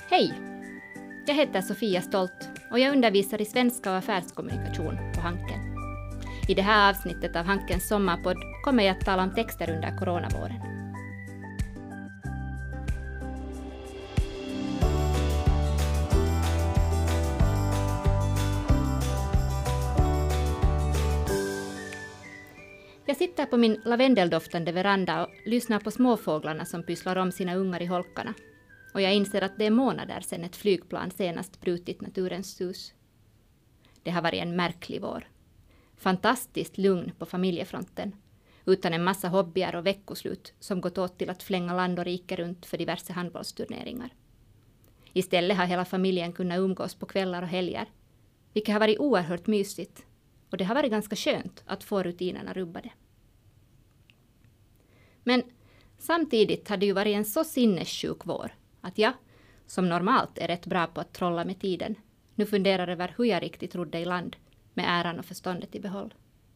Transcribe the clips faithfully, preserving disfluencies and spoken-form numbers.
Hej! Jag heter Sofia Stolt och jag undervisar i svenska och affärskommunikation på Hanken. I det här avsnittet av Hankens sommarpodd kommer jag att tala om texter under coronavåren. Jag sitter på min lavendeldoftande veranda och lyssnar på småfåglarna som pysslar om sina ungar i holkarna. Och jag inser att det är månader sedan ett flygplan senast brutit naturens sus. Det har varit en märklig vår. Fantastiskt lugn på familjefronten, utan en massa hobbyer och veckoslut som gått åt till att flänga land och rike runt för diverse handbollsturneringar. Istället har hela familjen kunnat umgås på kvällar och helger, vilket har varit oerhört mysigt. Och det har varit ganska skönt att få rutinerna rubbade. Men samtidigt har det ju varit en så sinnessjuk vår att jag, som normalt är rätt bra på att trolla med tiden, nu funderar över hur jag riktigt rodde i land med äran och förståndet i behåll.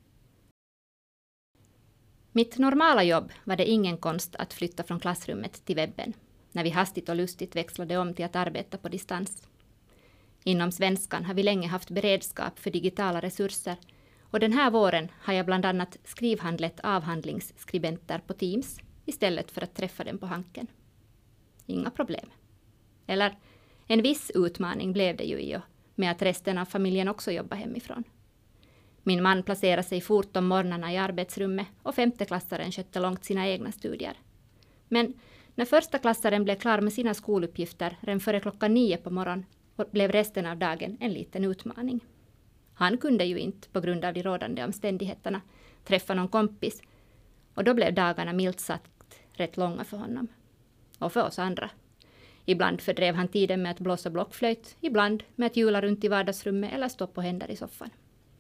Mitt normala jobb var det ingen konst att flytta från klassrummet till webben, när vi hastigt och lustigt växlade om till att arbeta på distans. Inom svenskan har vi länge haft beredskap för digitala resurser och den här våren har jag bland annat skrivhandlet avhandlingsskribenter på Teams istället för att träffa dem på Hanken. Inga problem. Eller en viss utmaning blev det ju i och med att resten av familjen också jobbar hemifrån. Min man placerade sig fort om morgnarna i arbetsrummet och femteklassaren skötte långt sina egna studier. Men när första klassaren blev klar med sina skoluppgifter redan före klockan nio på morgonen blev resten av dagen en liten utmaning. Han kunde ju inte, på grund av de rådande omständigheterna, träffa någon kompis. Och då blev dagarna milt sagt rätt långa för honom. Och för oss andra. Ibland fördrev han tiden med att blåsa blockflöjt, ibland med att hjula runt i vardagsrummet eller stå på händer i soffan.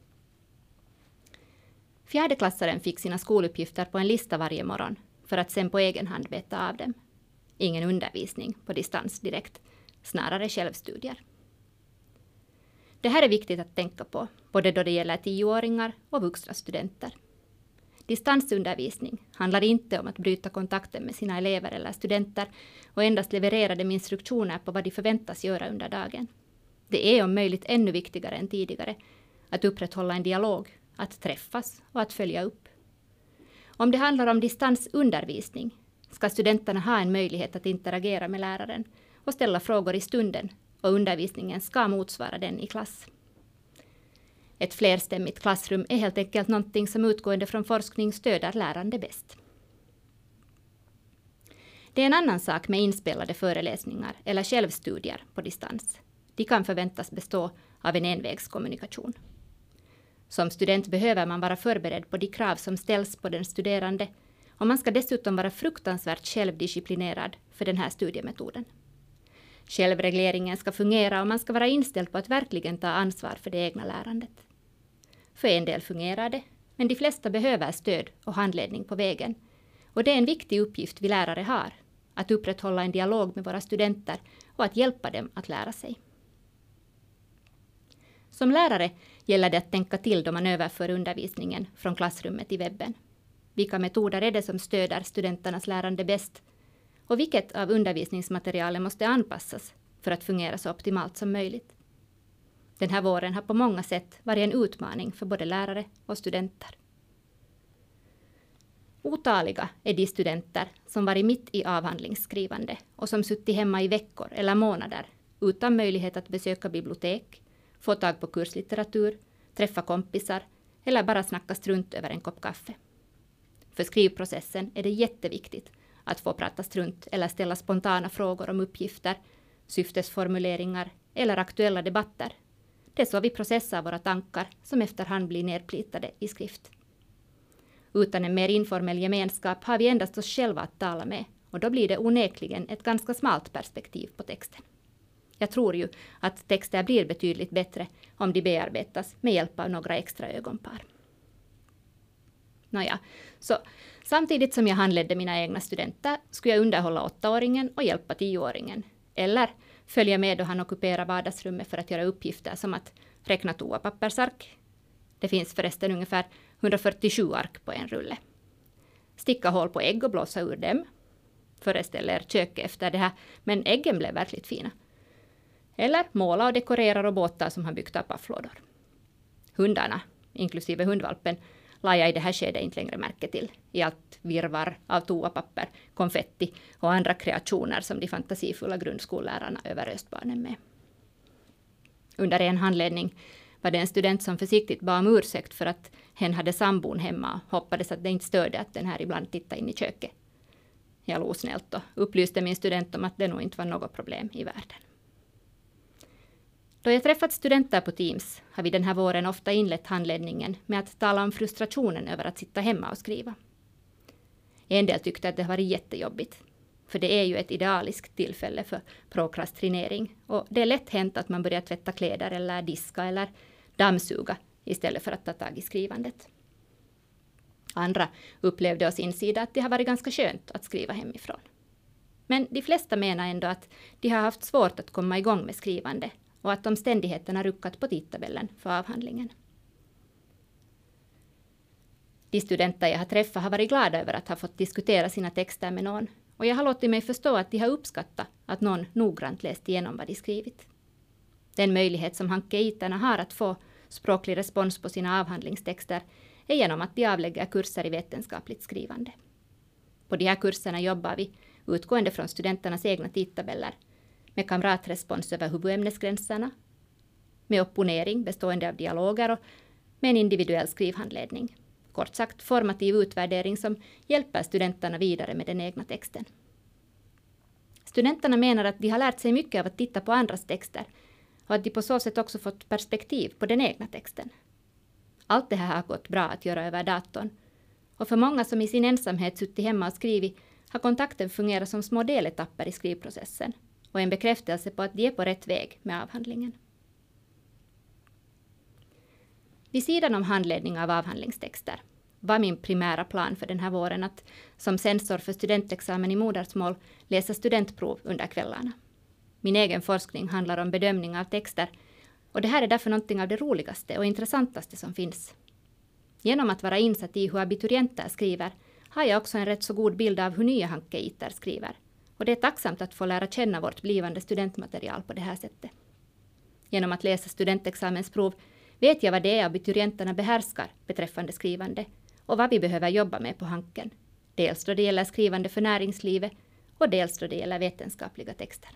Fjärdeklassaren fick sina skoluppgifter på en lista varje morgon för att sen på egen hand beta av dem. Ingen undervisning på distans direkt, snarare självstudier. Det här är viktigt att tänka på, både då det gäller tioåringar och vuxna studenter. Distansundervisning handlar inte om att bryta kontakten med sina elever eller studenter och endast leverera dem instruktioner på vad de förväntas göra under dagen. Det är om möjligt ännu viktigare än tidigare att upprätthålla en dialog, att träffas och att följa upp. Om det handlar om distansundervisning ska studenterna ha en möjlighet att interagera med läraren och ställa frågor i stunden, och undervisningen ska motsvara den i klass. Ett flerstämmigt klassrum är helt enkelt någonting som utgående från forskning stöder lärande bäst. Det är en annan sak med inspelade föreläsningar eller självstudier på distans. De kan förväntas bestå av en envägskommunikation. Som student behöver man vara förberedd på de krav som ställs på den studerande, och man ska dessutom vara fruktansvärt självdisciplinerad för den här studiemetoden. Självregleringen ska fungera och man ska vara inställd på att verkligen ta ansvar för det egna lärandet. För en del fungerar det, men de flesta behöver stöd och handledning på vägen. Och det är en viktig uppgift vi lärare har, att upprätthålla en dialog med våra studenter och att hjälpa dem att lära sig. Som lärare gäller det att tänka till då man överför undervisningen från klassrummet till webben. Vilka metoder är det som stöder studenternas lärande bäst? Och vilket av undervisningsmaterialet måste anpassas för att fungera så optimalt som möjligt? Den här våren har på många sätt varit en utmaning för både lärare och studenter. Otaliga är de studenter som varit mitt i avhandlingsskrivande och som suttit hemma i veckor eller månader utan möjlighet att besöka bibliotek, få tag på kurslitteratur, träffa kompisar eller bara snacka strunt över en kopp kaffe. För skrivprocessen är det jätteviktigt att få prata strunt eller ställa spontana frågor om uppgifter, syftesformuleringar eller aktuella debatter. Det är så vi processar våra tankar som efterhand blir nedplitade i skrift. Utan en mer informell gemenskap har vi endast oss själva att tala med, och då blir det onekligen ett ganska smalt perspektiv på texten. Jag tror ju att texter blir betydligt bättre om de bearbetas med hjälp av några extra ögonpar. Nåja, så samtidigt som jag handledde mina egna studenter skulle jag underhålla åttaåringen och hjälpa tioåringen. Eller följa med då han ockuperar vardagsrummet för att göra uppgifter som att räkna toapappersark. Det finns förresten ungefär hundrafyrtiosju ark på en rulle. Sticka hål på ägg och blåsa ur dem. Föreställer köket efter det här, men äggen blev verkligt fina. Eller måla och dekorera robotar som han byggt av pafflådor. Hundarna, inklusive hundvalpen, la jag i det här skedet inte längre märke till. I allt virvar av toapapper, konfetti och andra kreationer som de fantasifulla grundskollärarna överöst barnen med. Under en handledning var det en student som försiktigt bad om ursäkt för att hen hade sambon hemma och hoppades att det inte störde att den här ibland tittade in i köket. Jag log snällt och upplyste min student om att det nog inte var något problem i världen. Då jag träffat studenter på Teams har vi den här våren ofta inlett handledningen med att tala om frustrationen över att sitta hemma och skriva. En del tyckte att det var jättejobbigt, för det är ju ett idealiskt tillfälle för prokrastinering och det är lätt hänt att man börjar tvätta kläder eller diska eller dammsuga istället för att ta tag i skrivandet. Andra upplevde oss insida att det har varit ganska skönt att skriva hemifrån. Men de flesta menar ändå att de har haft svårt att komma igång med skrivande och att omständigheterna ruckat på tidtabellen för avhandlingen. De studenter jag har träffat har varit glada över att ha fått diskutera sina texter med någon och jag har låtit mig förstå att de har uppskattat att någon noggrant läst igenom vad de skrivit. Den möjlighet som hankeiterna har att få språklig respons på sina avhandlingstexter är genom att de avlägger kurser i vetenskapligt skrivande. På de här kurserna jobbar vi, utgående från studenternas egna tidtabeller, med kamratrespons över huvudämnesgränserna, med opponering bestående av dialoger och med en individuell skrivhandledning. Kort sagt formativ utvärdering som hjälper studenterna vidare med den egna texten. Studenterna menar att de har lärt sig mycket av att titta på andras texter och att de på så sätt också fått perspektiv på den egna texten. Allt det här har gått bra att göra över datorn och för många som i sin ensamhet suttit hemma och skrivit har kontakten fungerat som små deletapper i skrivprocessen och en bekräftelse på att de är på rätt väg med avhandlingen. Vid sidan om handledning av avhandlingstexter var min primära plan för den här våren att som censor för studentexamen i modersmål läsa studentprov under kvällarna. Min egen forskning handlar om bedömning av texter och det här är därför någonting av det roligaste och intressantaste som finns. Genom att vara insatt i hur abiturienter skriver har jag också en rätt så god bild av hur nya hankeiter skriver. Och det är tacksamt att få lära känna vårt blivande studentmaterial på det här sättet. Genom att läsa studentexamensprov vet jag vad det är abiturienterna behärskar beträffande skrivande och vad vi behöver jobba med på hanken. Dels då det gäller skrivande för näringslivet och dels då det gäller vetenskapliga texter.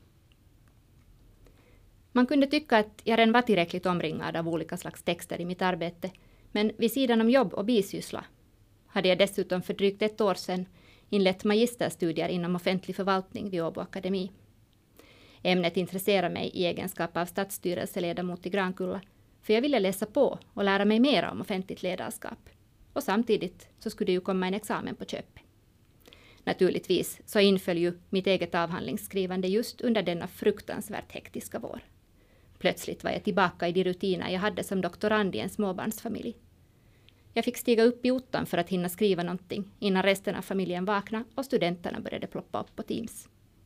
Man kunde tycka att jag redan var tillräckligt omringad av olika slags texter i mitt arbete, men vid sidan om jobb och bisyssla hade jag dessutom för drygt ett år sedan inlett magisterstudier inom offentlig förvaltning vid Åbo Akademi. Ämnet intresserar mig i egenskap av stadsstyrelseledamot i Grankulla, för jag ville läsa på och lära mig mer om offentligt ledarskap. Och samtidigt så skulle det ju komma en examen på köpet. Naturligtvis så inföll ju mitt eget avhandlingsskrivande just under denna fruktansvärt hektiska vår. Plötsligt var jag tillbaka i de rutiner jag hade som doktorand i en småbarnsfamilj. Jag fick stiga upp i ottan för att hinna skriva någonting innan resten av familjen vaknade och studenterna började ploppa upp på Teams.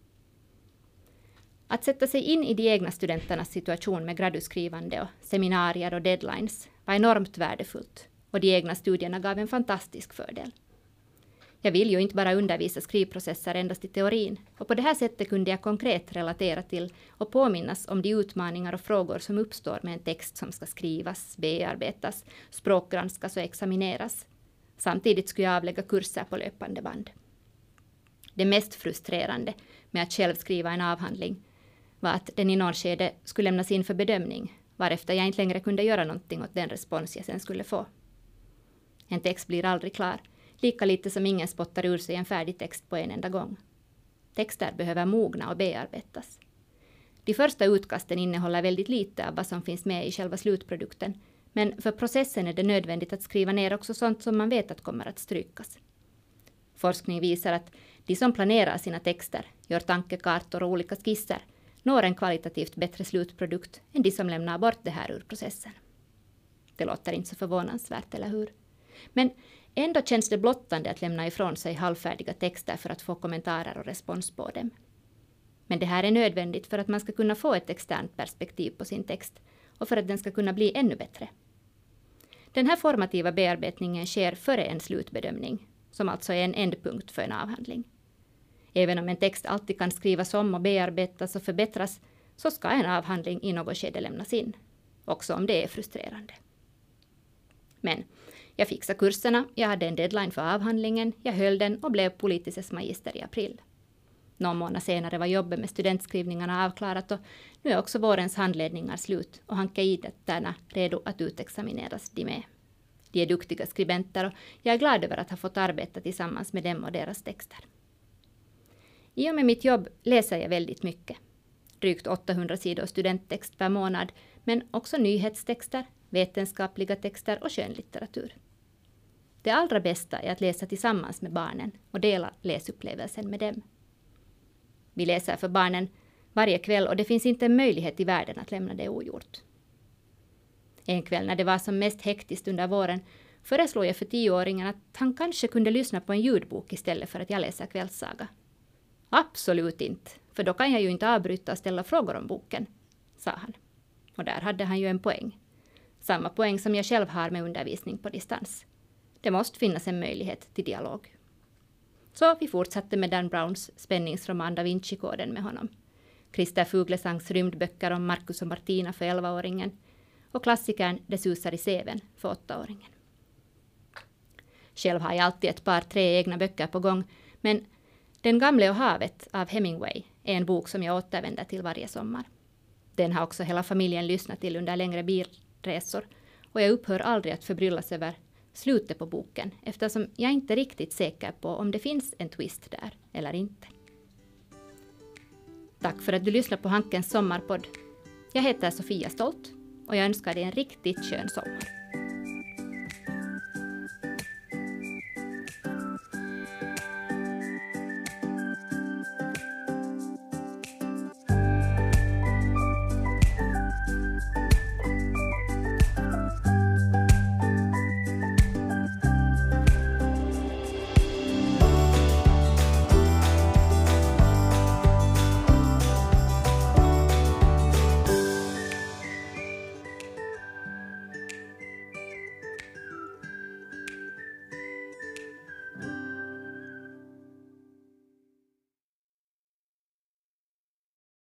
Att sätta sig in i de egna studenternas situation med graduskrivande och seminarier och deadlines var enormt värdefullt och de egna studierna gav en fantastisk fördel. Jag vill ju inte bara undervisa skrivprocesser endast i teorin och på det här sättet kunde jag konkret relatera till och påminnas om de utmaningar och frågor som uppstår med en text som ska skrivas, bearbetas, språkgranskas och examineras. Samtidigt skulle jag avlägga kurser på löpande band. Det mest frustrerande med att själv skriva en avhandling var att den i något skede skulle lämnas in för bedömning, varefter jag inte längre kunde göra någonting åt den respons jag sen skulle få. En text blir aldrig klar, lika lite som ingen spottar ur sig en färdig text på en enda gång. Texter behöver mogna och bearbetas. De första utkasten innehåller väldigt lite av vad som finns med i själva slutprodukten, men för processen är det nödvändigt att skriva ner också sånt som man vet att kommer att strykas. Forskning visar att de som planerar sina texter, gör tankekartor och olika skisser, når en kvalitativt bättre slutprodukt än de som lämnar bort det här ur processen. Det låter inte så förvånansvärt, eller hur? Men ändå känns det blottande att lämna ifrån sig halvfärdiga texter för att få kommentarer och respons på dem. Men det här är nödvändigt för att man ska kunna få ett externt perspektiv på sin text och för att den ska kunna bli ännu bättre. Den här formativa bearbetningen sker före en slutbedömning, som alltså är en ändpunkt för en avhandling. Även om en text alltid kan skrivas om och bearbetas och förbättras, så ska en avhandling i något skede lämnas in, också om det är frustrerande. Men jag fixade kurserna, jag hade en deadline för avhandlingen, jag höll den och blev politisk magister i april. Någon månad senare var jobbet med studentskrivningarna avklarat och nu är också vårens handledningar slut och hanka-idetterna redo att utexamineras de med. De är duktiga skribenter och jag är glad över att ha fått arbeta tillsammans med dem och deras texter. I och med mitt jobb läser jag väldigt mycket. Drygt åttahundra sidor studenttext per månad, men också nyhetstexter, vetenskapliga texter och skönlitteratur. Det allra bästa är att läsa tillsammans med barnen och dela läsupplevelsen med dem. Vi läser för barnen varje kväll och det finns inte en möjlighet i världen att lämna det ogjort. En kväll när det var som mest hektiskt under våren föreslog jag för tioåringen att han kanske kunde lyssna på en ljudbok istället för att jag läser kvällssaga. Absolut inte, för då kan jag ju inte avbryta och ställa frågor om boken, sa han. Och där hade han ju en poäng. Samma poäng som jag själv har med undervisning på distans. Det måste finnas en möjlighet till dialog. Så vi fortsatte med Dan Browns spänningsroman Da Vinci-koden med honom. Christer Fuglesangs rymdböcker om Marcus och Martina för elvaåringen och klassikern Det susar i seven för åttaåringen. Själv har jag alltid ett par tre egna böcker på gång, men Den gamle och havet av Hemingway är en bok som jag återvänder till varje sommar. Den har också hela familjen lyssnat till under längre bilresor och jag upphör aldrig att förbryllas över slutet på boken eftersom jag inte är riktigt säker på om det finns en twist där eller inte. Tack för att du lyssnar på Hankens sommarpodd. Jag heter Sofia Stolt och jag önskar dig en riktigt skön sommar.